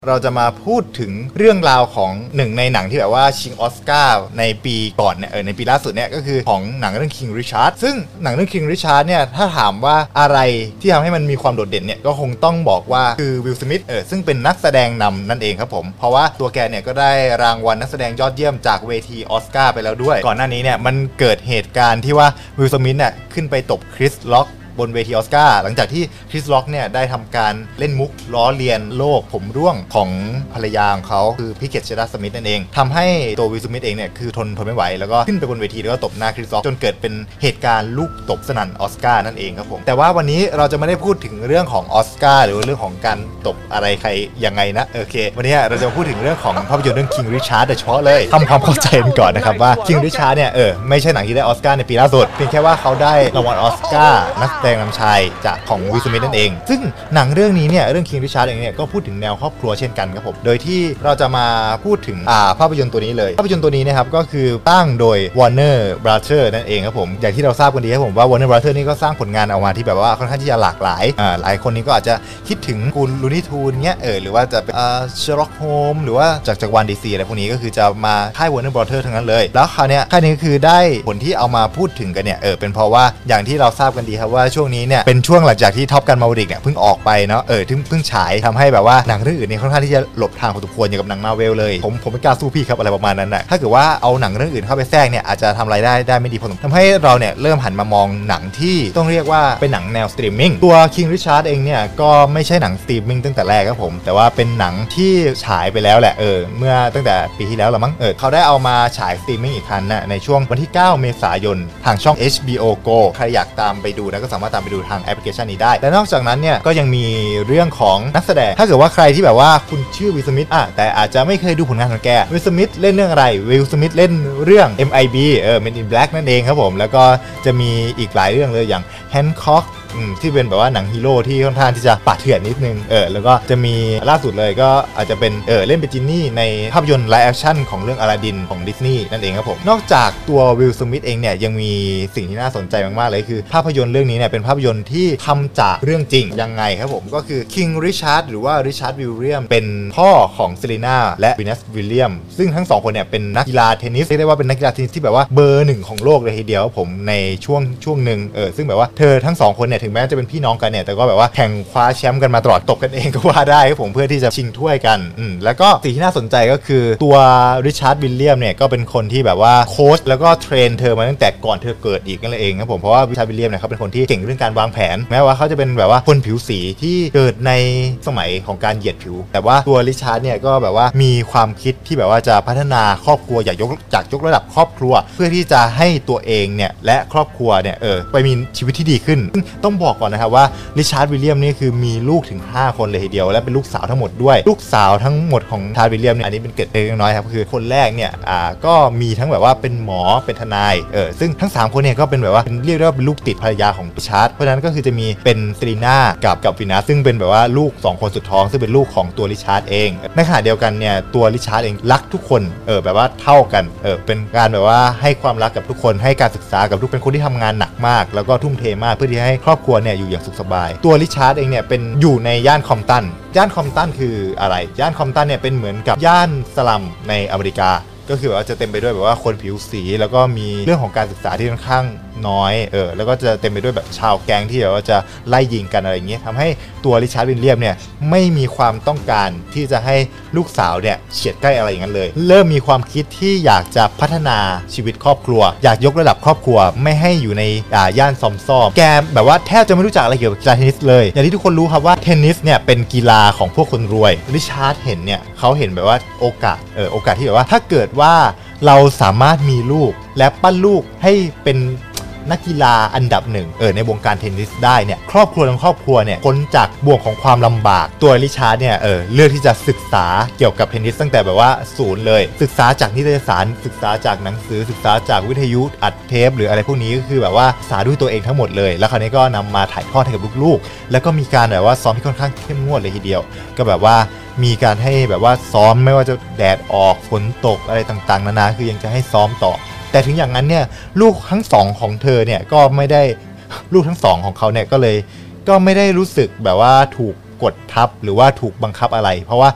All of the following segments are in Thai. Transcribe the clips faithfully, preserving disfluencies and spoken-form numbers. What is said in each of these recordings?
เราจะมาพูดถึงเรื่องราวของหนึ่งในหนังที่แบบว่าชิงออสการ์ในปีก่อนเนี่ยเออในปีล่าสุดเนี่ยก็คือของหนังเรื่อง King Richard ซึ่งหนังเรื่อง King Richard เนี่ยถ้าถามว่าอะไรที่ทำให้มันมีความโดดเด่นเนี่ยก็คงต้องบอกว่าคือวิล สมิธเออซึ่งเป็นนักแสดงนำนั่นเองครับผมเพราะว่าตัวแกเนี่ยก็ได้รางวัลนักแสดงยอดเยี่ยมจากเวทีออสการ์ไปแล้วด้วยก่อนหน้านี้เนี่ยมันเกิดเหตุการณ์ที่ว่าวิล สมิธเนี่ยขึ้นไปตบคริส ล็อกบนเวทีออสการ์หลังจากที่คริส ล็อกเนี่ยได้ทำการเล่นมุกล้อเลียนโลกผมร่วงของภรรยาของเขาคือพิกเก็ต เชดาร์ สมิธนั่นเองทำให้ตัววิล สมิธเองเนี่ยคือทนทนไม่ไหวแล้วก็ขึ้นไปบนเวทีแล้วก็ตบหน้าคริส ล็อกจนเกิดเป็นเหตุการณ์ลูกตบสนั่นออสการ์นั่นเองครับผมแต่ว่าวันนี้เราจะไม่ได้พูดถึงเรื่องของออสการ์หรือเรื่องของการตบอะไรใครยังไงนะโอเควันนี้เราจะพูดถึงเรื่องของภาพยนตร์เรื่อง King Richard โดยเฉพาะเลยทำความเข้าใจกันก่อนนะครับว่า King Richard เนี่ยเออไม่ใช่หนังที่ได้ออสการ์ในปีล่าสุดเพียงแค่ว่าเขาได้รางวัลออสการ์นักแสดงนำชายจากของวิล สมิธนั่นเองซึ่งหนังเรื่องนี้เนี่ยเรื่อง King Richard เองเนี่ยก็พูดถึงแนวครอบครัวเช่นกันครับผมโดยที่เราจะมาพูดถึงอ่าภาพยนตร์ตัวนี้เลยภาพยนตร์ตัวนี้นะครับก็คือตั้งโดย Warner Brothers นั่นเองครับผมอย่างที่เราทราบกันดีครับผมว่า Warner Brothers นี่ก็สร้างผลงานออกมาที่แบบว่าค่อนข้างที่จะหลากหลายอ่าหลายคนนี้ก็อาจจะคิดถึงคุณลูนี่ทูนเงี้ยเออหรือว่าจะเป็นอ่า Sherlock Holmes หรือว่าจากจากวัน ดี ซี อะไรพวกนี้ก็คือจะมาค่าย Warner Brothers ทั้งนั้นเลยแล้วคราวเนี้ยค่ายนี้ก็คือได้ผลที่เอามาพูดถึงกันเนี่ยเออเป็นเพราะว่าอย่างที่เราทราบกันดีครับว่าช่วงนี้เนี่ยเป็นช่วงหลังจากที่ท็อปกันมาริกเนี่ยเพิ่งออกไปเนาะเออเพิ่งเพิ่งฉายทำให้แบบว่าหนังเรื่องอื่นเนี่ยค่อนข้างที่จะหลบทางพอสมควรอย่างกับหนังมาเวลเลยผมผมไม่กล้าสู้พี่ครับอะไรประมาณนั้นนะถ้าเกิดว่าเอาหนังเรื่องอื่นเข้าไปแทรกเนี่ยอาจจะทำรายได้ได้ไม่ดีพอสมควรทำให้เราเนี่ยเริ่มหันมามองหนังที่ต้องเรียกว่าเป็นหนังแนวสตรีมมิ่งตัว King Richard เองเนี่ยก็ไม่ใช่หนังสตรีมมิ่งตั้งแต่แรกครับผมแต่ว่าเป็นหนังที่ฉายไปแล้วแหละเออเมื่อตั้งแต่ปีที่แล้วละมั้งเออเขาได้เอามาฉายสตรีมมิ่งอีกครั้งนะในช่วงวันที่เก้าเมษายนทางช่อง เอช บี โอ Go ใครอยากตามไปดูนะก็สามารถตามไปดูทางแอปพลิเคชันนี้ได้และนอกจากนั้นเนี่ยก็ยังมีเรื่องของนักแสดงถ้าเกิดว่าใครที่แบบว่าคุณชื่อวิล สมิธอ่ะแต่อาจจะไม่เคยดูผลงานของแกวิล สมิธเล่นเรื่องอะไรวิล สมิธเล่นเรื่อง เอ็ม ไอ บี เออ Men in Black นั่นเองครับผมแล้วก็จะมีอีกหลายเรื่องเลยอย่าง Hancockที่เป็นแบบว่าหนังฮีโร่ที่ค่อนข้างที่จะป่าเถื่อนนิดนึงเออแล้วก็จะมีล่าสุดเลยก็อาจจะเป็นเออเล่นเป็นจินนี่ในภาพยนตร์ไลฟ์แอคชั่นของเรื่องอลาดินของดิสนีย์นั่นเองครับผมนอกจากตัววิล สมิธเองเนี่ยยังมีสิ่งที่น่าสนใจมากๆเลยคือภาพยนตร์เรื่องนี้เนี่ยเป็นภาพยนตร์ที่ทำจากเรื่องจริงยังไงครับผมก็คือ King Richard หรือว่า Richard Williams เป็นพ่อของเซรีนาและวีนัส วิลเลียมซึ่งทั้งสองคนเนี่ยเป็นนักกีฬาเทนนิสเรียกได้ว่าเป็นนักกีฬาเทนนิสที่แบบว่าเบอร์หนึ่งของโลกเลยทีเดียวผมในช่วงช่วงหนึ่งเออซึ่งแบบว่าเธอทั้งสองคนเนี่ยถึงแม้จะเป็นพี่น้องกันเนี่ยแต่ก็แบบว่าแข่งคว้าแชมป์กันมาตลอดตบกันเองก็ว่าได้ครับผมเพื่อที่จะชิงถ้วยกันอืมแล้วก็สิ่งที่น่าสนใจก็คือตัวริชาร์ด วิลเลียมเนี่ยก็เป็นคนที่แบบว่าโค้ชแล้วก็เทรนเธอมาตั้งแต่ก่อนเธอเกิดอีกนั่นเองครับผมเพราะว่าริชาร์ด วิลเลียมเนี่ยเขาเป็นคนที่เก่งเรื่องการวางแผนแม้ว่าเขาจะเป็นแบบว่าคนผิวสีที่เกิดในสมัยของการเหยียดผิวแต่ว่าตัวริชาร์ดเนี่ยก็แบบว่ามีความคิดที่แบบว่าจะพัฒนาครอบครัวอยากยกจากยกระดับครอบครัวเพื่อที่จะให้ตัวเองเนี่ยและครอบครัวเนี่ยเออไปมีชีวิตที่ดีขึ้นต้องบอกก่อนนะครับว่าริชาร์ด วิลเลียมนี่คือมีลูกถึงห้าคนเลยทีเดียวและเป็นลูกสาวทั้งหมดด้วยลูกสาวทั้งหมดของริชาร์ด วิลเลียมเนี่ยอันนี้เป็นเกร็ดเล็กน้อยครับคือคนแรกเนี่ยอ่าก็มีทั้งแบบว่าเป็นหมอเป็นทนายเออซึ่งทั้งสามคนเนี่ยก็เป็นแบบว่าเรียกได้ว่าเป็นลูกติดภรรยาของริชาร์ดเพราะฉะนั้นก็คือจะมีเป็นเซรีนากับกับวีนัสซึ่งเป็นแบบว่าลูกสองคนสุดท้องซึ่งเป็นลูกของตัวริชาร์ดเองในขณะเดียวกันเนี่ยตัวริชาร์ดเองรักทุกคนเออแบบว่าเท่ากันเออเป็นการแบบว่าให้ความรักกับทุกคนให้การศึกษากับทุกเป็นคนที่ทำงานหนักมากแล้วก็ทุ่มเทมากเพื่อที่ให้ครอบครัวเนี่ยอยู่อย่างสุขสบายตัวริชาร์ดเองเนี่ยเป็นอยู่ในย่านคอมตันย่านคอมตันคืออะไรย่านคอมตันเนี่ยเป็นเหมือนกับย่านสลัมในอเมริกาก็คือว่าจะเต็มไปด้วยแบบว่าคนผิวสีแล้วก็มีเรื่องของการศึกษาที่ค่อนข้างน้อยเออแล้วก็จะเต็มไปด้วยแบบชาวแก๊งที่แบบว่าจะไล่ยิงกันอะไรอย่างเงี้ยทำให้ตัวริชาร์ด วิลเลียมเนี่ยไม่มีความต้องการที่จะให้ลูกสาวเนี่ยเฉียดใกล้อะไรอย่างนั้นเลยเริ่มมีความคิดที่อยากจะพัฒนาชีวิตครอบครัวอยากยกระดับครอบครัวไม่ให้อยู่ในอ่าย่านซอมซ่อมแกแบบว่าแทบจะไม่รู้จักอะไรเกี่ยวกับกีฬาเทนนิสเลยอย่างที่ทุกคนรู้ครับว่าเทนนิสเนี่ยเป็นกีฬาของพวกคนรวยริชาร์ดเห็นเนี่ยเขาเห็นแบบว่าโอกาสเออโอกาสที่แบบว่าถ้าเกิดว่าเราสามารถมีลูกและปั้นลูกให้เป็นนักกีฬาอันดับหนึ่งเออในวงการเทนนิสได้เนี่ยครอบครัวทั้งครอบครัวเนี่ยพ้นจากบ่วงของความลำบากตัวริชาร์ดเนี่ยเออเลือกที่จะศึกษาเกี่ยวกับเทนนิสตั้งแต่แบบว่าศูนย์เลยศึกษาจากนิตยสารศึกษาจากหนังสือศึกษาจากวิทยุอัดเทปหรืออะไรพวกนี้ก็คือแบบว่าศึกษาด้วยตัวเองทั้งหมดเลยแล้วคราวนี้ก็นำมาถ่ายทอดให้กับลูกๆแล้วก็มีการแบบว่าซ้อมที่ค่อนข้างเข้มงวดเลยทีเดียวก็แบบว่ามีการให้แบบว่าซ้อมไม่ว่าจะแดดออกฝนตกอะไรต่างๆนานาคือยังจะให้ซ้อมต่อแต่ถึงอย่างนั้นเนี่ยลูกทั้งสองของเธอเนี่ยก็ไม่ได้ลูกทั้งสองของเขาเนี่ยก็เลยก็ไม่ได้รู้สึกแบบว่าถูกกดทับหรือว่าถูกบังคับอะไรเพราะว่า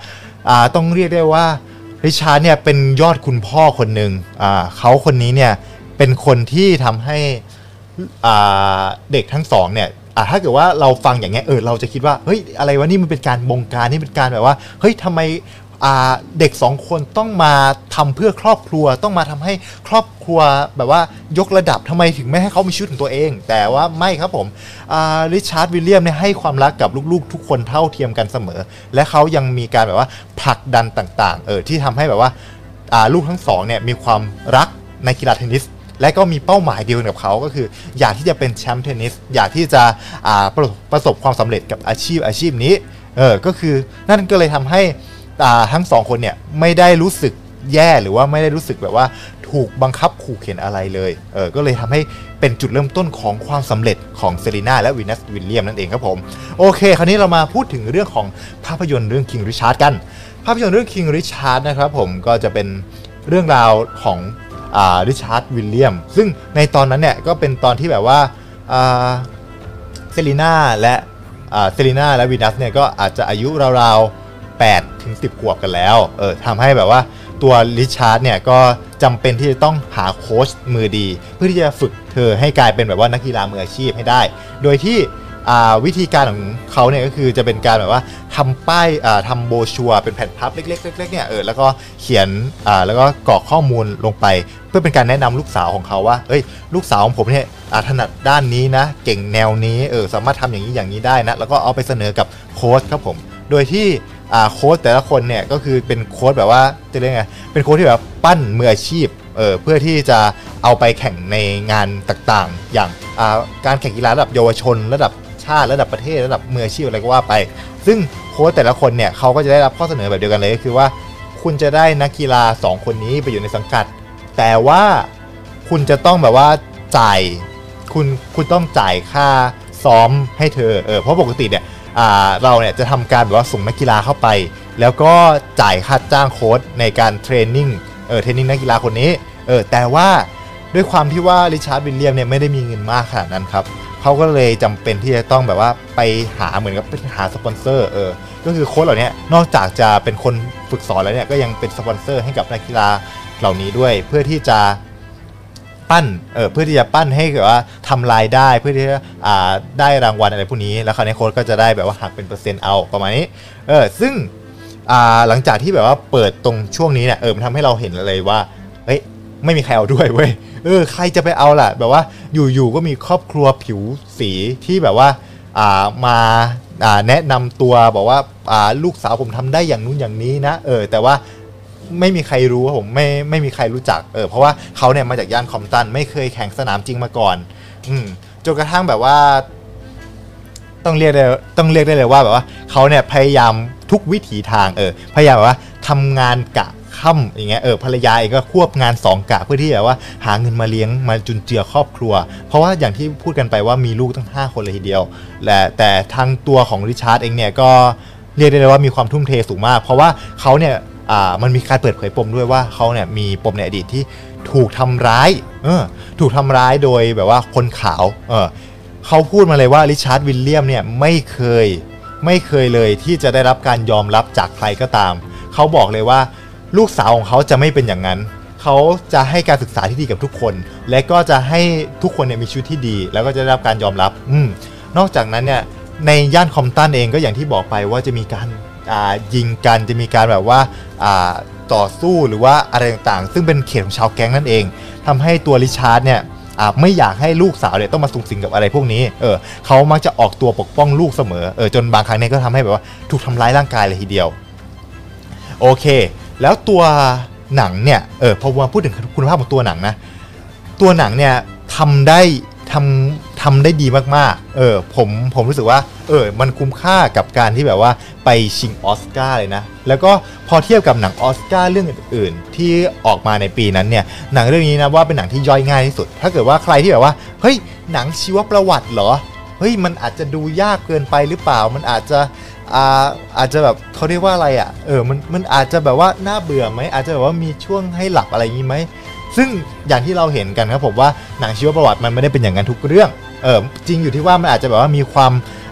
อ่าต้องเรียกได้ว่าริชาร์ดเนี่ยเป็นยอดคุณพ่อคนหนึ่งอ่าเขาคนนี้เนี่ยเป็นคนที่ทำให้อ่าเด็กทั้งสองเนี่ยอ่าถ้าเกิดว่าเราฟังอย่างเงี้ยเออเราจะคิดว่าเฮ้ยอะไรวะนี่มันเป็นการบงการนี่เป็นการแบบว่าเฮ้ยทำไมอ่าเด็กสองคนต้องมาทำเพื่อครอบครัวต้องมาทำให้ครอบครัวแบบว่ายกระดับทำไมถึงไม่ให้เขามีชีวิตของตัวเองแต่ว่าไม่ครับผมอ่าริชาร์ดวิลเลียมเนี่ยให้ความรักกับลูกๆทุกคนเท่าเทียมกันเสมอและเขายังมีการแบบว่าผลักดันต่างๆเออที่ทำให้แบบว่าอ่าลูกทั้งสองเนี่ยมีความรักในกีฬาเทนนิสและก็มีเป้าหมายเดียวกันกับเขาก็คืออยากที่จะเป็นแชมป์เทนนิสอยากที่จะอ่าประประสบความสำเร็จกับอาชีพอาชีพนี้เออก็คือนั่นก็เลยทำให้ทั้งสองคนเนี่ยไม่ได้รู้สึกแย่หรือว่าไม่ได้รู้สึกแบบว่าถูกบังคับขู่เข็นอะไรเลยเออก็เลยทำให้เป็นจุดเริ่มต้นของความสำเร็จของเซรีนาและวีนัสวิลเลียมนั่นเองครับผมโอเคคราวนี้เรามาพูดถึงเรื่องของภาพยนตร์เรื่อง King Richard กันภาพยนตร์เรื่อง King Richard นะครับผมก็จะเป็นเรื่องราวของริชาร์ดวิลเลียมซึ่งในตอนนั้นเนี่ยก็เป็นตอนที่แบบว่าเซรีนาและเซรีนาและวีนัสเนี่ยก็อาจจะอายุราวๆแปดถึงสิบขวบกันแล้วเออทำให้แบบว่าตัวริชาร์ดเนี่ยก็จำเป็นที่จะต้องหาโค้ชมือดีเพื่อที่จะฝึกเธอให้กลายเป็นแบบว่านักกีฬามืออาชีพให้ได้โดยที่วิธีการของเขาเนี่ยก็คือจะเป็นการแบบว่าทำป้ายทำโบชัวเป็นแผ่นพับเล็กๆๆเนี่ยเออแล้วก็เขียนแล้วก็กรอกข้อมูลลงไปเพื่อเป็นการแนะนำลูกสาวของเขาว่าเอ้ยลูกสาวของผมเนี่ยถนัดด้านนี้นะเก่งแนวนี้เออสามารถทำอย่างนี้อย่างนี้ได้นะแล้วก็เอาไปเสนอกับโค้ชครับผมโดยที่โค้ชแต่ละคนเนี่ยก็คือเป็นโค้ชแบบว่าจะเรียกไงเป็นโค้ชที่แบบปั้นมืออาชีพเออเพื่อที่จะเอาไปแข่งในงานต่างๆอย่างการแข่งกีฬาระดับเยาวชนระดับชาติระดับประเทศระดับมืออาชีพอะไรก็ว่าไปซึ่งโค้ชแต่ละคนเนี่ยเขาก็จะได้รับข้อเสนอแบบเดียวกันเลยก็คือว่าคุณจะได้นักกีฬาสองคนนี้ไปอยู่ในสังกัดแต่ว่าคุณจะต้องแบบว่าจ่ายคุณคุณต้องจ่ายค่าซ้อมให้เธอเออเพราะปกติเนี่ยเราเนี่ยจะทำการแบบว่าส่งนักกีฬาเข้าไปแล้วก็จ่ายค่าจ้างโค้ชในการเทรนนิ่งเออเทรนนิ่งนักกีฬาคนนี้เออแต่ว่าด้วยความที่ว่าริชาร์ดวิลเลียมเนี่ยไม่ได้มีเงินมากขนาดนั้นครับเขาก็เลยจำเป็นที่จะต้องแบบว่าไปหาเหมือนกับไปหาสปอนเซอร์เออก็คือโค้ชเหล่านี้นอกจากจะเป็นคนฝึกสอนแล้วเนี่ยก็ยังเป็นสปอนเซอร์ให้กับนักกีฬาเหล่านี้ด้วยเพื่อที่จะปั้นเออเพื่อที่จะปั้นให้แบบว่าทำรายได้เพื่อที่จะอ่าได้รางวัลอะไรพวกนี้แล้วคราวนี้โค้ชก็จะได้แบบว่าหักเป็นเปอร์เซ็นต์เอาประมาณนี้เออซึ่งอ่าหลังจากที่แบบว่าเปิดตรงช่วงนี้เนี่ยเออมันทำให้เราเห็นเลยว่าเฮ้ยไม่มีใครเอาด้วยเว้ยเออใครจะไปเอาล่ะแบบว่าอยู่ๆก็มีครอบครัวผิวสีที่แบบว่าอ่ามาอ่าแนะนำตัวบอกว่าอ่าลูกสาวผมทำได้อย่างนู้นอย่างนี้นะเออแต่ว่าไม่มีใครรู้ผมไม่ไม่มีใครรู้จักเออเพราะว่าเขาเนี่ยมาจากย่านคอมตันไม่เคยแข่งสนามจริงมาก่อนอืมจนกระทั่งแบบว่าต้องเรียกได้ต้องเรียกได้เลยว่าแบบว่าเขาเนี่ยพยายามทุกวิถีทางเออพยายามแบบว่าทำงานกะค่ำอย่างเงี้ยเออภรรยาเองก็ควบงานสองกะเพื่อที่แบบว่าหาเงินมาเลี้ยงมาจุนเจือครอบครัวเพราะว่าอย่างที่พูดกันไปว่ามีลูกตั้งห้าคนเลยทีเดียวและแต่ทางตัวของริชาร์ดเองเนี่ยก็เรียกได้เลยว่ามีความทุ่มเทสูงมากเพราะว่าเขาเนี่ยอ่ามันมีการเปิดเผยปมด้วยว่าเขาเนี่ยมีปมในอดีตที่ถูกทำร้ายเออถูกทำร้ายโดยแบบว่าคนขาวเออเขาพูดมาเลยว่าริชาร์ดวิลเลียมเนี่ยไม่เคยไม่เคยเลยที่จะได้รับการยอมรับจากใครก็ตามเขาบอกเลยว่าลูกสาวของเขาจะไม่เป็นอย่างนั้นเขาจะให้การศึกษาที่ดีกับทุกคนและก็จะให้ทุกคนเนี่ยมีชีวิตที่ดีแล้วก็จะได้รับการยอมรับอืมนอกจากนั้นเนี่ยในย่านคอมตันเองก็อย่างที่บอกไปว่าจะมีการยิงกันจะมีการแบบว่าต่อสู้หรือว่าอะไรต่างๆซึ่งเป็นเขตของชาวแก๊งนั่นเองทำให้ตัวริชาร์ดเนี่ยไม่อยากให้ลูกสาวเนี่ยต้องมาสุงสิงกับอะไรพวกนี้เออเขามักจะออกตัวปกป้องลูกเสมอเออจนบางครั้งเนี่ยก็ทำให้แบบว่าถูกทำร้ายร่างกายเลยทีเดียวโอเคแล้วตัวหนังเนี่ยเออพอมาพูดถึงคุณภาพของตัวหนังนะตัวหนังเนี่ยทำได้ทำทำได้ดีมากๆเออผมผมรู้สึกว่าเออมันคุ้มค่ากับการที่แบบว่าไปชิงออสการ์เลยนะแล้วก็พอเทียบกับหนังออสการ์เรื่องอื่นๆที่ออกมาในปีนั้นเนี่ยหนังเรื่องนี้นะว่าเป็นหนังที่ย่อยง่ายที่สุดถ้าเกิดว่าใครที่แบบว่าเฮ้ยหนังชีวประวัติเหรอเฮ้ยมันอาจจะดูยากเกินไปหรือเปล่ามันอาจจะอ่าอาจจะแบบเขาเรียกว่าอะไรอ่ะเออมันมันอาจจะแบบว่าน่าเบื่อไหมอาจจะแบบว่ามีช่วงให้หลับอะไรอย่างนี้ไหมซึ่งอย่างที่เราเห็นกันครับผมว่าหนังชีวประวัติมันไม่ได้เป็นอย่างนั้นทุกเรื่องเออจริงอยู่ที่ว่ามันอาจจะแบบว่ามีความ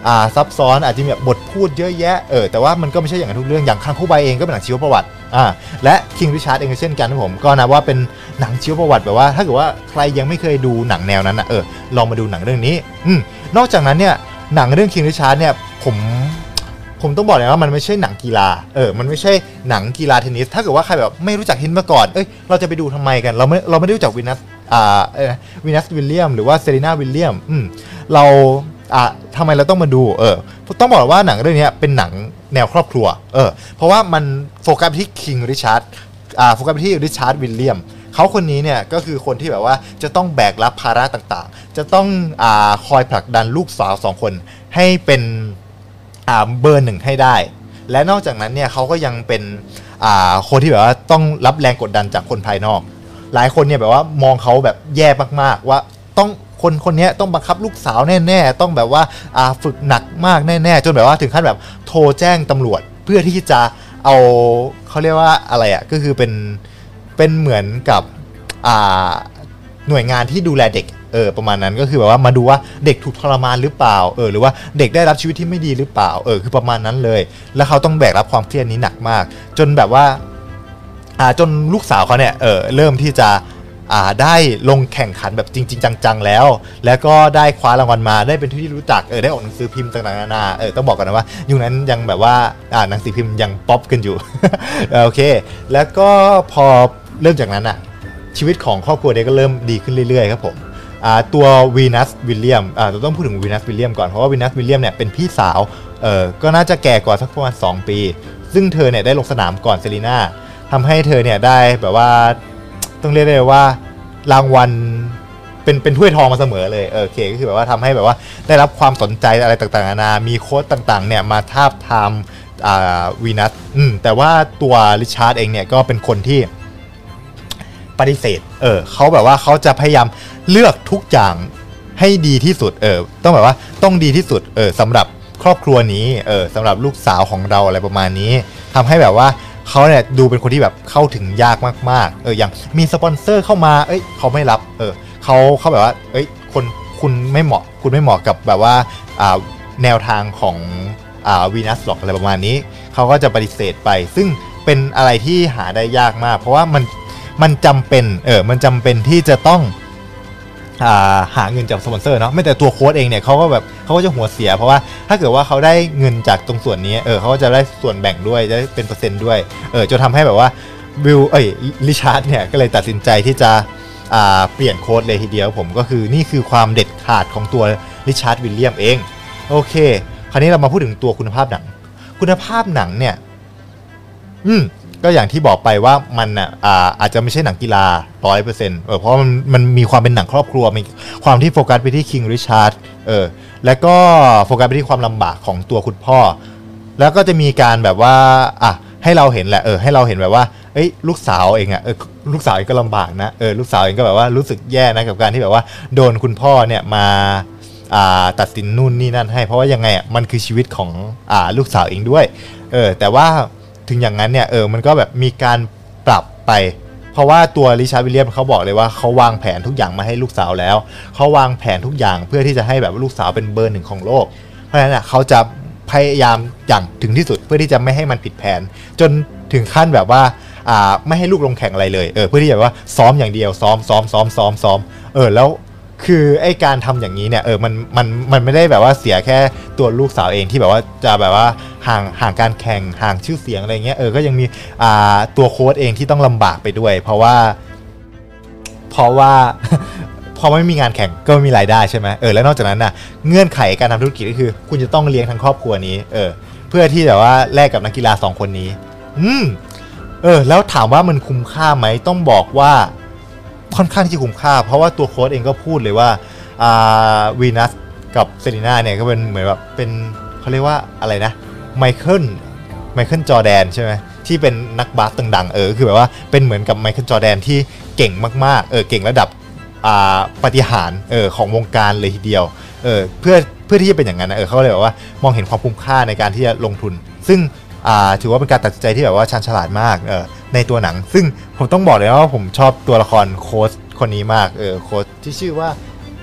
อ่าซับซ้อนอาจจะมีแบบบทพูดเยอะแยะเออแต่ว่ามันก็ไม่ใช่อย่างนั้นทุกเรื่องอย่างคังคูไบเองก็เป็นหนังชีวประวัติอ่าและคิงริชาร์ดเองเช่นกันนะผมก็นับว่าเป็นหนังชีวประวัติแบบว่าถ้าเกิดว่าใครยังไม่เคยดูหนังแนวนั้นอ่ะเออลองมาดูหนังเรื่องนี้อืมนอกจากนั้นเนี่ยหนังเรื่องคิงริชาร์ดเนี่ยผมผมต้องบอกเลยว่ามันไม่ใช่หนังกีฬาเออมันไม่ใช่หนังกีฬาเทนนิสถ้าเกิดว่าใครแบบไม่รู้จักเทนนิสมาก่อนเอ้ยเราจะไปดูทำไมกันเราไม่เราไม่ได้รู้จักวินัสอ่าเออวินัสวิลเลียมหรือว่าเซรีนาวิลเลียมอืมเราอ่ะทำไมเราต้องมาดูเออต้องบอกว่าหนังเรื่องนี้เป็นหนังแนวครอบครัวเออเพราะว่ามันโฟกัสไปที่คิงริชาร์ดอ่าโฟกัสไปที่ริชาร์ดวิลเลียมเขาคนนี้เนี่ยก็คือคนที่แบบว่าจะต้องแบกรับภาระต่างๆจะต้องอ่าคอยผลักดันลูกสาวสองคนให้เป็นอ่าเบอร์หนึ่งให้ได้และนอกจากนั้นเนี่ยเขาก็ยังเป็นอ่าคนที่แบบว่าต้องรับแรงกดดันจากคนภายนอกหลายคนเนี่ยแบบว่ามองเขาแบบแย่มากๆว่าต้องคนคนนี้ต้องบังคับลูกสาวแน่ๆต้องแบบว่าอ่าฝึกหนักมากแน่ๆจนแบบว่าถึงขั้นแบบโทรแจ้งตำรวจเพื่อที่จะเอาเขาเรียกว่าอะไรอ่ะก็คือเป็นเป็นเหมือนกับอ่าหน่วยงานที่ดูแลเด็กเออประมาณนั้นก็คือแบบว่ามาดูว่าเด็กถูกทรมานหรือเปล่าเออหรือว่าเด็กได้รับชีวิตที่ไม่ดีหรือเปล่าเออคือประมาณนั้นเลยแล้วเขาต้องแบกรับความเครียดนี้หนักมากจนแบบว่าอ่าจนลูกสาวเขาเนี่ยเออเริ่มที่จะอ่าได้ลงแข่งขันแบบจริงๆจังๆแล้วแล้วก็ได้คว้ารางวัลมาได้เป็นที่รู้จักเออได้ออกหนังสือพิมพ์ต่างๆนานาเออต้องบอกกันนะว่ายุคนั้นยังแบบว่าอ่าหนังสือพิมพ์ยังป๊อปกันอยู่ โอเคแล้วก็พอเริ่มจากนั้นอ่ะชีวิตของครอบครัวเด็กก็เริ่มดีขึ้นเรื่อยๆครับผมตัววีนัสวิลเลียมเราต้องพูดถึงวีนัสวิลเลียมก่อนเพราะว่าวีนัสวิลเลียมเนี่ยเป็นพี่สาวเออก็น่าจะแก่กว่าสักประมาณสองปีซึ่งเธอเนี่ยได้ลงสนามก่อนเซรีนาทำให้เธอเนี่ยได้แบบว่าต้องเรียกได้ว่ารางวัลเป็นเป็นถ้วยทองมาเสมอเลยเออโอเคก็คือแบบว่าทำให้แบบว่าได้รับความสนใจอะไรต่างๆนานามีโค้ชต่างๆเนี่ยมาทาบทามอ่าวีนัสอืมแต่ว่าตัวริชาร์ดเองเนี่ยก็เป็นคนที่ปฏิเสธเออเขาแบบว่าเขาจะพยายามเลือกทุกอย่างให้ดีที่สุดเออต้องแบบว่าต้องดีที่สุดเออสำหรับครอบครัวนี้เออสำหรับลูกสาวของเราอะไรประมาณนี้ทำให้แบบว่าเขาเนี่ยดูเป็นคนที่แบบเข้าถึงยากมากๆเอออย่างมีสปอนเซอร์เข้ามาเอ้ยเขาไม่รับเออเขาเขาแบบว่าเอ้ยคนคุณไม่เหมาะคุณไม่เหมาะกับแบบว่าอ่าแนวทางของอ่าวีนัสหรอกอะไรประมาณนี้เขาก็จะปฏิเสธไปซึ่งเป็นอะไรที่หาได้ยากมากเพราะว่ามันมันจำเป็นเออมันจำเป็นที่จะต้องอ่าหาเงินจากสปอนเซอร์เนาะไม่แต่ตัวโค้ชเองเนี่ยเขาก็แบบเขาก็จะหัวเสียเพราะว่าถ้าเกิดว่าเขาได้เงินจากตรงส่วนนี้เออเขาก็จะได้ส่วนแบ่งด้วยจะเป็นเปอร์เซ็นต์ด้วยเออจนทำให้แบบว่าวิลเอ้ยริชาร์ดเนี่ยก็เลยตัดสินใจที่จะอ่าเปลี่ยนโค้ชเลยทีเดียวผมก็คือนี่คือความเด็ดขาดของตัวริชาร์ดวิลเลียมเองโอเคคราวนี้เรามาพูดถึงตัวคุณภาพหนังคุณภาพหนังเนี่ยอืมก็อย่างที่บอกไปว่ามันอ่ะอาจจะไม่ใช่หนังกีฬา ร้อยเปอร์เซ็นต์ เออเพราะมันมันมีความเป็นหนังครอบครัวมีความที่โฟกัสไปที่คิงริชาร์ดเออแล้วก็โฟกัสไปที่ความลำบากของตัวคุณพ่อแล้วก็จะมีการแบบว่าอ่ะให้เราเห็นแหละเออให้เราเห็นแบบว่าเอ้ยลูกสาวเองอ่ะเออลูกสาวเองก็ลำบากนะเออลูกสาวเองก็แบบว่ารู้สึกแย่นะกับการที่แบบว่าโดนคุณพ่อเนี่ยมาอ่าตัดสินนู่นนี่นั่นให้เพราะว่ายังไงอ่ะมันคือชีวิตของอ่าลูกสาวเองด้วยเออแต่ว่าถึงอย่างนั้นเนี่ยเออมันก็แบบมีการปรับไปเพราะว่าตัวริชาร์ดวิลเลียมเขาบอกเลยว่าเขาวางแผนทุกอย่างมาให้ลูกสาวแล้วเขาวางแผนทุกอย่างเพื่อที่จะให้แบบลูกสาวเป็นเบอร์หนึ่งของโลกเพราะฉะนั้นอ่ะเขาจะพยายามอย่างถึงที่สุดเพื่อที่จะไม่ให้มันผิดแผนจนถึงขั้นแบบว่าอ่าไม่ให้ลูกลงแข่งอะไรเลยเออเพื่อที่จะว่าซ้อมอย่างเดียวซ้อมซ้อมซ้อมซ้อมซ้อมเออแล้วคือไอ้การทำอย่างนี้เนี่ยเออมันมันมันไม่ได้แบบว่าเสียแค่ตัวลูกสาวเองที่แบบว่าจะแบบว่าห่างห่างการแข่งห่างชื่อเสียงอะไรเงี้ยเออก็ยังมีอ่าตัวโค้ชเองที่ต้องลำบากไปด้วยเพราะว่าเพราะว่า พอไม่มีงานแข่งก็ไม่มีรายได้ใช่ไหมเออแล้วนอกจากนั้นน่ะเงื่อนไขการทำธุรกิจก็คือคุณจะต้องเลี้ยงทั้งครอบครัวนี้เออเพื่อที่แบบว่าแลกกับนักกีฬาสองคนนี้อืมเออแล้วถามว่ามันคุ้มค่าไหมต้องบอกว่าค่อนข้างที่คุ้มค่าเพราะว่าตัวโค้ชเองก็พูดเลยว่าอ่าวีนัสกับเซรีนาเนี่ยก็เป็นเหมือนแบบเป็นเขาเรียกว่าอะไรนะไมเคิลไมเคิลจอร์แดนใช่ไหมที่เป็นนักบาสดังๆเออคือแบบว่าเป็นเหมือนกับไมเคิลจอร์แดนที่เก่งมากๆเออเก่งระดับอ่าปาฏิหาริย์เออของวงการเลยทีเดียวเออเพื่อเพื่อที่จะเป็นอย่างนั้นนะเออเขาเลยบอกว่ามองเห็นความคุ้มค่าในการที่จะลงทุนซึ่งอ่าถือว่าเป็นการตัดสินใจที่แบบว่าชาญฉลาดมากเออในตัวหนังซึ่งผมต้องบอกเลยว่าผมชอบตัวละครโค้ชคนนี้มากเออโค้ชที่ชื่อว่า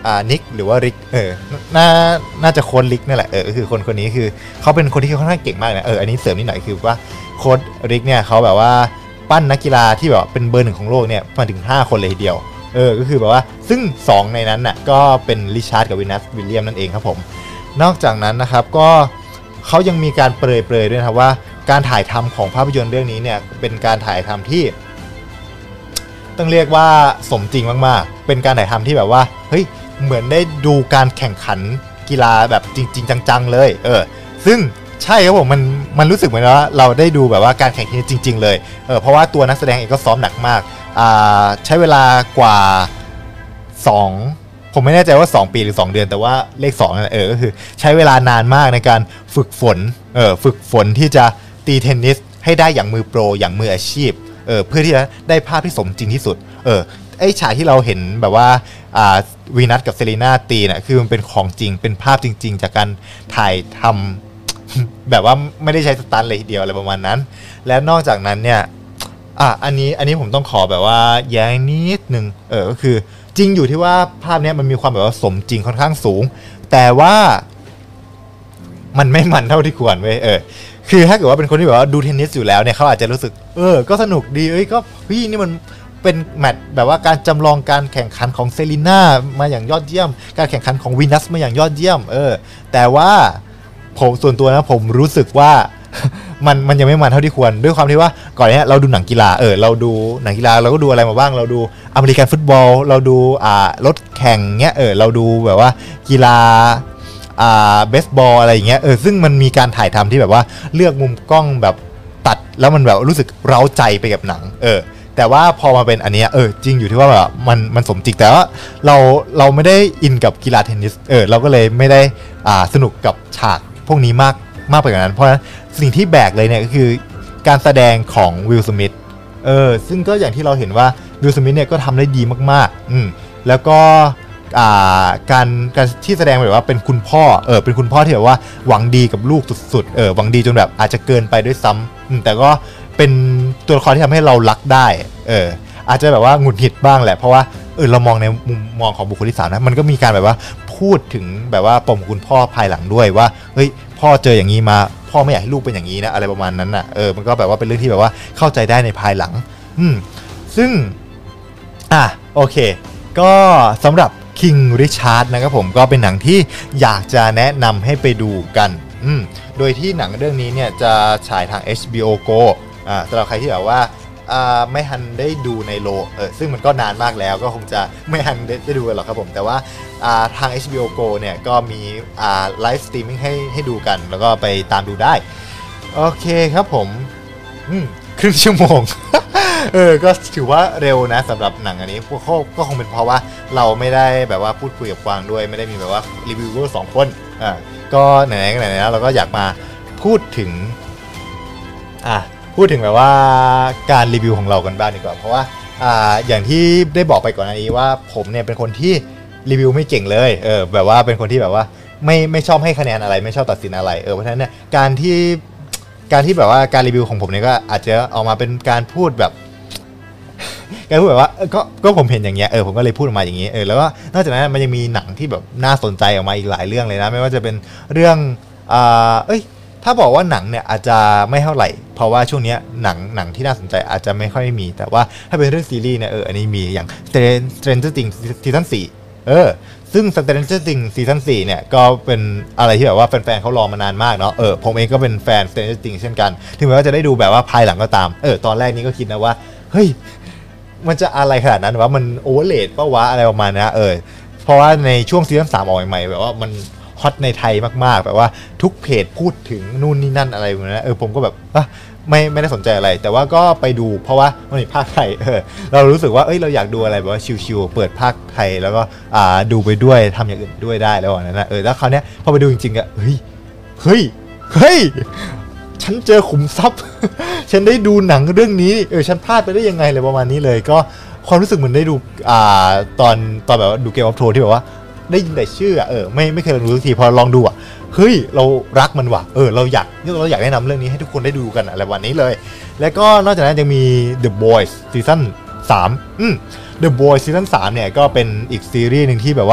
อ่านิกหรือว่าริกเออน่าน่าจะโค้ดริกนี่แหละเออก็คือคนคนนี้คือเขาเป็นคนที่ค่อนข้างเก่งมากนะเอออันนี้เสริมนิดหน่อยคือว่าโค้ดริกเนี่ยเขาแบบว่าปั้นนักกีฬาที่แบบเป็นเบอร์หนึ่งของโลกเนี่ยมาถึงห้าคนเลยทีเดียวเออก็คือแบบว่าซึ่งสองในนั้นน่ะก็เป็นริชาร์ดกับวินัสวิลเลียมนั่นเองครับผมนอกจากนั้นนะครับก็เขายังมีการเปรยเปรยด้วยนะครับว่าการถ่ายทำของภาพยนตร์เรื่องนี้เนี่ยเป็นการถ่ายทำที่ต้องเรียกว่าสมจริงมากๆเป็นการถ่ายทำที่แบบว่าเฮ้ยเหมือนได้ดูการแข่งขันกีฬาแบบจริงๆจังๆเลยเออซึ่งใช่ครับผมมันมันรู้สึกเหมือนว่าเราได้ดูแบบว่าการแข่งขันจริงๆเลยเออเพราะว่าตัวนักแสดงเองก็ซ้อมหนักมากอ่าใช้เวลากว่าสองผมไม่แน่ใจว่าสองปีหรือสองเดือนแต่ว่าเลขสองนั่นแหละเออก็คือใช้เวลานานมากในการฝึกฝนเออฝึกฝนที่จะตีเทนนิสให้ได้อย่างมือโปรอย่างมืออาชีพเออเพื่อที่จะได้ภาพที่สมจริงที่สุดเออไอ้ฉากที่เราเห็นแบบว่าอ่าวีนัสกับเซรีนาตีเนี่ยคือมันเป็นของจริงเป็นภาพจริงๆจากการถ่ายทำแบบว่าไม่ได้ใช้สตันเลยทีเดียวอะไรประมาณนั้นและนอกจากนั้นเนี่ยอ่ะอันนี้อันนี้ผมต้องขอแบบว่าแย้งนิดนึงเออก็คือจริงอยู่ที่ว่าภาพนี้มันมีความแบบว่าสมจริงค่อนข้างสูงแต่ว่ามันไม่มันเท่าที่ควรเว้ยเออคือถ้าเกิดว่าเป็นคนที่แบบว่าดูเทนนิสอยู่แล้วเนี่ยเขาอาจจะรู้สึกเออก็สนุกดีเอ้ยก็พี่นี่มันเป็นแมตช์แบบว่าการจำลองการแข่งขันของเซรีน่ามาอย่างยอดเยี่ยมการแข่งขันของวีนัสมาอย่างยอดเยี่ยมเออแต่ว่าผมส่วนตัวนะผมรู้สึกว่ามันมันยังไม่มันเท่าที่ควรด้วยความที่ว่าก่อนเนี้ยเราดูหนังกีฬาเออเราดูหนังกีฬาเราก็ดูอะไรมาบ้างเราดูอเมริกันฟุตบอลเราดูอ่ารถแข่งเงี้ยเออเราดูแบบว่ากีฬาอ่าเบสบอลอะไรอย่างเงี้ยเออซึ่งมันมีการถ่ายทำที่แบบว่าเลือกมุมกล้องแบบตัดแล้วมันแบบรู้สึกเร้าใจไปกับหนังเออแต่ว่าพอมาเป็นอันนี้เออจริงอยู่ที่ว่าแบบมันมันสมจริงแต่ว่าเราเราไม่ได้อินกับกีฬาเทนนิสเออเราก็เลยไม่ได้อ่าสนุกกับฉากพวกนี้มากมากไปกว่านั้นเพราะฉะนั้นสิ่งที่แบกเลยเนี่ยก็คือการแสดงของวิลสมิธเออซึ่งก็อย่างที่เราเห็นว่าวิลสมิธเนี่ยก็ทำได้ดีมากๆอืมแล้วก็อ่าการการที่แสดงแบบว่าเป็นคุณพ่อเออเป็นคุณพ่อที่แบบว่าหวังดีกับลูกสุดๆเออหวังดีจนแบบอาจจะเกินไปด้วยซ้ำอืมแต่ก็เป็นตัวละครที่ทำให้เรารักได้เอออาจจะแบบว่าหงุดหงิดบ้างแหละเพราะว่าเออเรามองในมุมมองของบุคคลที่สามนะมันก็มีการแบบว่าพูดถึงแบบว่าปมของคุณพ่อภายหลังด้วยว่าเฮ้ยพ่อเจออย่างนี้มาพ่อไม่อยากให้ลูกเป็นอย่างนี้นะอะไรประมาณนั้นน่ะเออมันก็แบบว่าเป็นเรื่องที่แบบว่าเข้าใจได้ในภายหลังอืมซึ่งอ่ะโอเคก็สำหรับ King Richard นะครับผมก็เป็นหนังที่อยากจะแนะนำให้ไปดูกันอืมโดยที่หนังเรื่องนี้เนี่ยจะฉายทาง เอช บี โอ Go อ่าสำหรับใครที่แบบว่าอ่าไม่ทันได้ดูในโรงเออซึ่งมันก็นานมากแล้วก็คงจะไม่ทันได้ดูกันหรอกครับผมแต่ว่าอ่าทาง เอช บี โอ Go เนี่ยก็มีอ่าไลฟ์สตรีมมิ่งให้ให้ดูกันแล้วก็ไปตามดูได้โอเคครับผมอืมครึ่งชั่วโมง เออก็ถือว่าเร็วนะสำหรับหนังอันนี้พวกเขาก็คงเป็นเพราะว่าเราไม่ได้แบบว่าพูดคุยกับกวางด้วยไม่ได้มีแบบว่ารีวิวเวอร์สองคนอ่าก็ไหนๆก็ไหนๆแล้วเราก็อยากมาพูดถึงอ่ะพูดถึงแบบว่าการรีวิวของเรากันบ้างดีกว่าเพราะว่าอ่าอย่างที่ได้บอกไปก่อนหน้านี้ว่าผมเนี่ยเป็นคนที่รีวิวไม่เก่งเลยเออแบบว่าเป็นคนที่แบบว่าไม่ไม่ชอบให้คะแนนอะไรไม่ชอบตัดสินอะไรเออเพราะฉะนั้นเนี่ยการที่การที่แบบว่าการรีวิวของผมเนี่ยก็อาจจะออกมาเป็นการพูดแบบการพูดแบบว่าก็ก็ผมเห็นอย่างเงี้ยเออผมก็เลยพูดออกมาอย่างงี้เออแล้วก็นอกจากนั้นมันยังมีหนังที่แบบน่าสนใจออกมาอีกหลายเรื่องเลยนะไม่ว่าจะเป็นเรื่องอ่าเอ้ยถ้าบอกว่าหนังเนี่ยอาจจะไม่เท่าไหร่เพราะว่าช่วงนี้หนังหนังที่น่าสนใจอาจจะไม่ค่อยมีแต่ว่าถ้าเป็นเรื่องซีรีส์เนี่ยเอออันนี้มีอย่าง Stranger Things ซีซั่นสี่เออซึ่ง Stranger Things ซีซั่นสี่เนี่ยก็เป็นอะไรที่แบบว่าแฟนๆเขารอมานานมากเนาะเออผมเองก็เป็นแฟน Stranger Things เช่นกันถึงแม้ว่าจะได้ดูแบบว่าภายหลังก็ตามเออตอนแรกนี้ก็คิดนะว่าเฮ้ยมันจะอะไรขนาดนั้นวะมันโอเวอร์เลดป่าวะอะไรประมาณนะเออเพราะว่าในช่วงซีซั่นสามออกใหม่ๆแบบว่ามันฮอตในไทยมากๆแบบว่าทุกเพจพูดถึงนู่นนี่นั่นอะไรแบบนั้นเออผมก็แบบอ่ะไม่ไม่ได้สนใจอะไรแต่ว่าก็ไปดูเพราะว่ามันมีภาคไทยเออเรารู้สึกว่าเอ้ยเราอยากดูอะไรแบบว่าชิวๆเปิดภาคไทยแล้วก็อ่าดูไปด้วยทำอย่างอื่นด้วยได้แล้วนั้นนะเออแล้วคราวเนี้ยพอไปดูจริงๆอะเฮ้ยเฮ้ยเฮ้ยฉันเจอขุมทรัพย์ ฉันได้ดูหนังเรื่องนี้เออฉันพลาดไปได้ยังไงเลยประมาณนี้เลยก็ความรู้สึกเหมือนได้ดูอ่าตอนตอนแบบว่าดูเกมออฟโทนที่แบบว่าได้ยินแต่ชื่ออะเออไม่ไม่เคยรู้สักทีพอลองดูอะเฮ้ยเรารักมันว่ะเออเราอยากเราอยากแนะนำเรื่องนี้ให้ทุกคนได้ดูกันอะไรวันนี้เลยแล้วก็นอกจากนั้นยังมี The Boys ซีซั่นสามอืม The Boys ซีซั่นสามเนี่ยก็เป็นอีกซีรีส์หนึ่งที่แบบว่า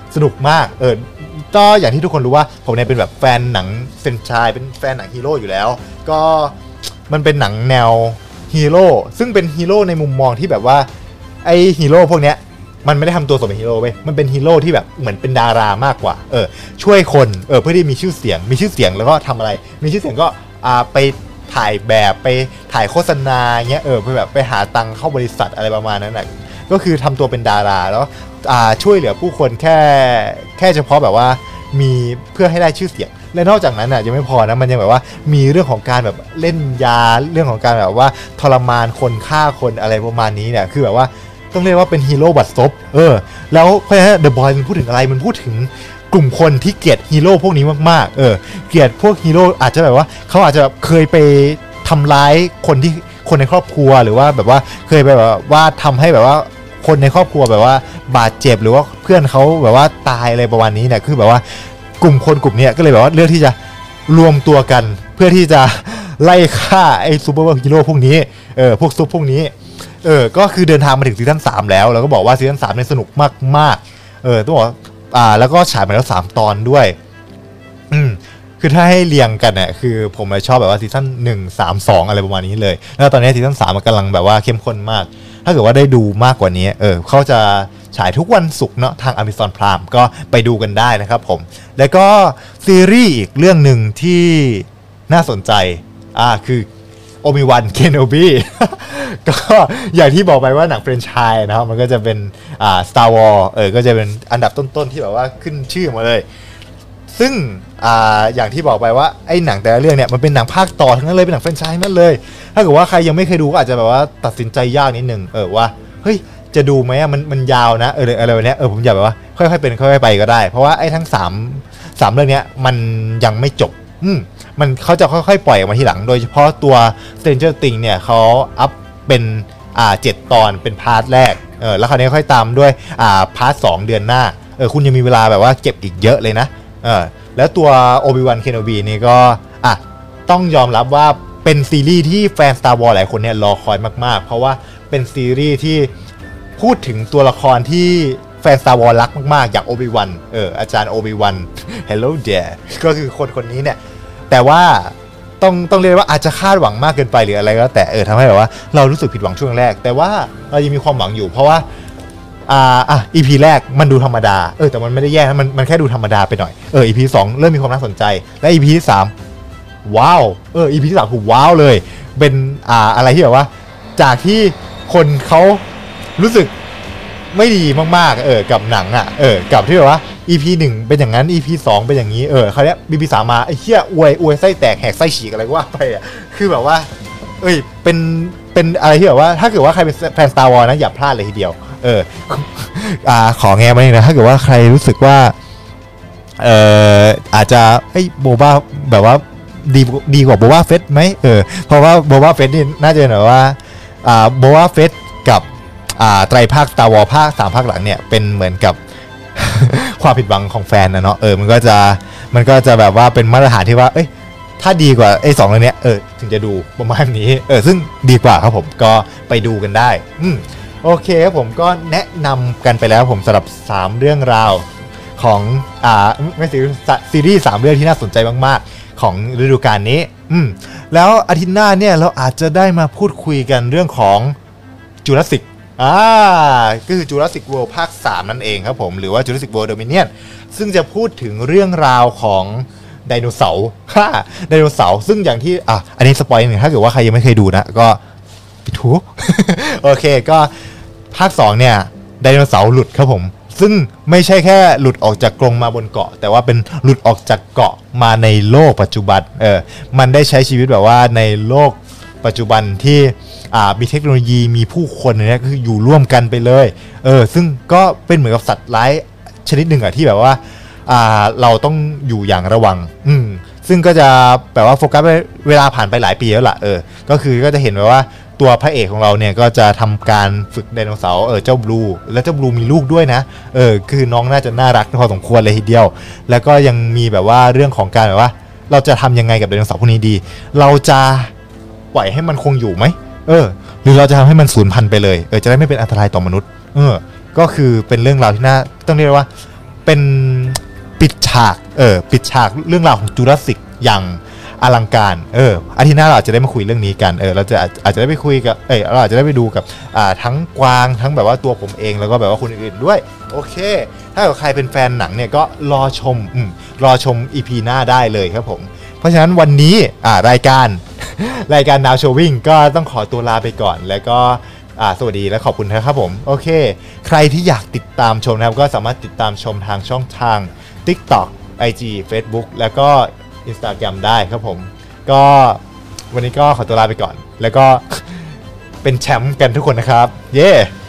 สนุกมากเออก็อย่างที่ทุกคนรู้ว่าผมเนี่ยเป็นแบบแฟนหนังเฟรนไชส์เป็นแฟนหนังฮีโร่อยู่แล้วก็มันเป็นหนังแนวฮีโร่ซึ่งเป็นฮีโร่ในมุมมองที่แบบว่าไอฮีโร่พวกเนี้ยมันไม่ได้ทำตัวสมเป็นฮีโร่เว้ยมันเป็นฮีโร่ที่แบบเหมือนเป็นดารามากกว่าเออช่วยคนเออเพื่อที่มีชื่อเสียงมีชื่อเสียงแล้วก็ทำอะไรมีชื่อเสียงก็อ่าไปถ่ายแบบไปถ่ายโฆษณาเงี้ยเออไปแบบไปหาตังค์เข้าบริษัทอะไรประมาณนั้นแหละก็คือทำตัวเป็นดาราแล้วอ่าช่วยเหลือผู้คนแค่แค่เฉพาะแบบว่ามีเพื่อให้ได้ชื่อเสียงและนอกจากนั้นอ่ะยังไม่พอนะมันยังแบบว่ามีเรื่องของการแบบเล่นยาเรื่องของการแบบว่าทรมานคนฆ่าคนอะไรประมาณนี้เนี่ยคือแบบว่าต้องเรียกว่าเป็นฮีโร่บัดซบเออแล้วเพราะฉะนั้นเดอะบอยมันพูดถึงอะไรมันพูดถึงกลุ่มคนที่เกลียดฮีโร่พวกนี้มากๆเออเกลียดพวกฮีโร่อาจจะแบบว่าเขาอาจจะเคยไปทำร้ายคนที่คนในครอบครัวหรือว่าแบบว่าเคยไปแบบว่าทำให้แบบว่าคนในครอบครัวแบบว่าบาดเจ็บหรือว่าเพื่อนเขาแบบว่าตายอะไรประมาณนี้เนี่ยคือแบบว่ากลุ่มคนกลุ่มนี้ก็เลยแบบว่าเลือกที่จะรวมตัวกันเพื่อที่จะไล่ฆ่าไอ้ซูเปอร์ฮีโร่พวกนี้เออพวกซุปพวกนี้เออก็คือเดินทางมาถึงซีซั่นสามแล้วแล้วก็บอกว่าซีซั่นสามเนี่ยสนุกมากๆเออต้องบอกอ่าแล้วก็ฉายมาแล้วสามตอนด้วยอืมคือถ้าให้เรียงกันเนี่ยคือผมชอบแบบว่าซีซั่นหนึ่ง สาม สองอะไรประมาณนี้เลยแล้วตอนนี้ซีซั่นสามมันกำลังแบบว่าเข้มข้นมากถ้าเกิดว่าได้ดูมากกว่านี้เออเขาจะฉายทุกวันศุกร์เนาะทาง Amazon Prime ก็ไปดูกันได้นะครับผมแล้วก็ซีรีส์อีกเรื่องหนึ่งที่น่าสนใจอ่าคือโอบิวันเคนโนบี ก็อย่างที่บอกไปว่าหนังแฟรนไชส์นะครับมันก็จะเป็นอ่า Star Wars เออก็จะเป็นอันดับต้นๆที่แบบว่าขึ้นชื่อมาเลยซึ่งอ่าอย่างที่บอกไปว่าไอ้หนังแต่ละเรื่องเนี่ยมันเป็นหนังภาคต่อทั้งนั้นเลยเป็นหนังแฟรนไชส์นั่นเลยถ้าเกิดว่าใครยังไม่เคยดูก็อาจจะแบบว่าตัดสินใจยากนิดนึงเออว่าเฮ้ยจะดูไหมมันมันยาวนะเอออะไรแบบเนี้ยเออผมอยากแบบว่าค่อยๆเป็นค่อยๆไปก็ได้เพราะว่าไอ้ทั้งสามสามเรื่องเนี้ยมันยังไม่จบอืมมันเขาจะค่อยๆปล่อยออกมาทีหลังโดยเฉพาะตัว Stranger Things เนี่ยเขาอัพเป็นอ่าเจ็ดตอนเป็นพาร์ทแรกเออแล้วคราวนี้ค่อยตามด้วยอ่าพาร์ทสองเดือนหน้าเออคุณยังมีเวลาแบบว่าเก็บอีกเยอะเลยนะเออแล้วตัว Obi-Wan Kenobi นี่ก็อ่ะต้องยอมรับว่าเป็นซีรีส์ที่แฟน Star Wars หลายคนเนี่ยรอคอยมากๆเพราะว่าเป็นซีรีส์ที่พูดถึงตัวละครที่แฟน Star Wars รักมากๆอย่าง Obi-Wan เอออาจารย์ Obi-Wan Hello there ก็คือคนคนนี้เนี่ยแต่ว่าต้องต้องเรียกว่าอาจจะคาดหวังมากเกินไปหรืออะไรก็แต่เออทำให้แบบว่าเรารู้สึกผิดหวังช่วงแรกแต่ว่าเรายังมีความหวังอยู่เพราะว่าอ่าอ่ะ อี พี แรกมันดูธรรมดาเออแต่มันไม่ได้แย่นะมันมันแค่ดูธรรมดาไปหน่อยเออ อี พี สองเริ่มมีความน่าสนใจและ อี พี ที่สามว้าวเออ อี พี ที่สามคือว้าวเลยเป็นอ่าอะไรที่แบบว่าจากที่คนเขารู้สึกไม่ดีมากๆเออกับหนังอ่ะเออกับที่แบบว่า อี พี หนึ่งเป็นอย่างนั้น อี พี สองเป็นอย่างนี้เออคราวนี้ อี พี สามมาไอ้เหี้ยอวยอวยไส้แตกแหกไส้ฉีกอะไรก็ว่าไปอ่ะคือแบบว่าเอ้ยเป็นเป็นอะไรที่แบบว่าถ้าเกิดว่าใครเป็นแฟน Star Wars นะอย่าพลาดเลยทีเดียวเอออ่าขอแงมาหนึ่งนะถ้าเกิดว่าใครรู้สึกว่าเอ่ออาจจะไอ้โบบ้าแบบว่าดีดีกว่าโบบ้าเฟสไหมเออเพราะว่าโบบ้าเฟสนี่น่าจะแบบว่าอ่าโบบ้าเฟสกับอ่าไตรภาค Star Wars ภาคสามภาคหลังเนี่ยเป็นเหมือนกับ ความผิดหวังของแฟนนะเนาะเออมันก็จะมันก็จะแบบว่าเป็นมาตรฐานที่ว่าเอ้ยถ้าดีกว่าไอ้สองเรื่องนี้เออถึงจะดูประมาณนี้เออซึ่งดีกว่าครับผมก็ไปดูกันได้อืมโอเคครับผมก็แนะนำกันไปแล้วผมสำหรับสามเรื่องราวของอ่าไม่ซีซีรีส์สามเรื่องที่น่าสนใจมากๆของฤดูกาลนี้อืมแล้วอาทิตย์หน้าเนี่ยเราอาจจะได้มาพูดคุยกันเรื่องของจูราสสิกอ่าก็คือ Jurassic World ภาคสามนั่นเองครับผมหรือว่า Jurassic World Dominion ซึ่งจะพูดถึงเรื่องราวของไดโนเสาร์ฮ่าไดโนเสาร์ซึ่งอย่างที่อ่ะอันนี้สปอยล์หนึ่งถ้าเกิดว่าใครยังไม่เคยดูนะก็ไปดู โอเคก็ภาคสองเนี่ยไดโนเสาร์หลุดครับผมซึ่งไม่ใช่แค่หลุดออกจากกรงมาบนเกาะแต่ว่าเป็นหลุดออกจากเกาะมาในโลกปัจจุบันเออมันได้ใช้ชีวิตแบบว่าในโลกปัจจุบันที่อ่ามีเทคโนโลยีมีผู้คนเนี่ยก็คืออยู่ร่วมกันไปเลยเออซึ่งก็เป็นเหมือนกับสัตว์ร้ายชนิดหนึ่งอะที่แบบว่าอ่าเราต้องอยู่อย่างระวังอืมซึ่งก็จะแบบว่าโฟกัสเวลาผ่านไปหลายปีแล้วล่ะเออก็คือก็จะเห็นแบบว่าตัวพระเอกของเราเนี่ยก็จะทำการฝึกไดโนเสาร์เออเจ้าบลูแล้วเจ้าบลูมีลูกด้วยนะเออคือน้องน่าจะน่ารักพอสมควรเลยทีเดียวแล้วก็ยังมีแบบว่าเรื่องของการแบบว่าเราจะทำยังไงกับไดโนเสาร์พวกนี้ดีเราจะปล่อยให้มันคงอยู่ไหมเออหรือเราจะทำให้มันสูญพันธุ์ไปเลยเออจะได้ไม่เป็นอันตรายต่อมนุษย์เออก็คือเป็นเรื่องราวที่น่าต้องเรียกว่าเเป็นปิดฉากเออปิดฉากเรื่องราวของจูราสสิกอย่างอลังการเอออาทิตย์หน้าเราอาจจะได้มาคุยเรื่องนี้กันเออเราจะอาจจะได้ไปคุยกับเออเราอาจจะได้ไปดูกับอ่าทั้งกวางทั้งแบบว่าตัวผมเองแล้วก็แบบว่าคนอื่นๆด้วยโอเคถ้าเกิดใครเป็นแฟนหนังเนี่ยก็รอชมอืมรอชม อี พี หน้าได้เลยครับผมเพราะฉะนั้นวันนี้อ่ารายการ รายการ Now Showing ก็ต้องขอตัวลาไปก่อนแล้วก็อ่าสวัสดีและขอบคุณนะครับผมโอเคใครที่อยากติดตามชมนะครับก็สามารถติดตามชมทางช่องทาง TikTok ไอ จี Facebook แล้วก็ Instagram ได้ครับผมก็วันนี้ก็ขอตัวลาไปก่อนแล้วก็เป็นแชมป์กันทุกคนนะครับเย้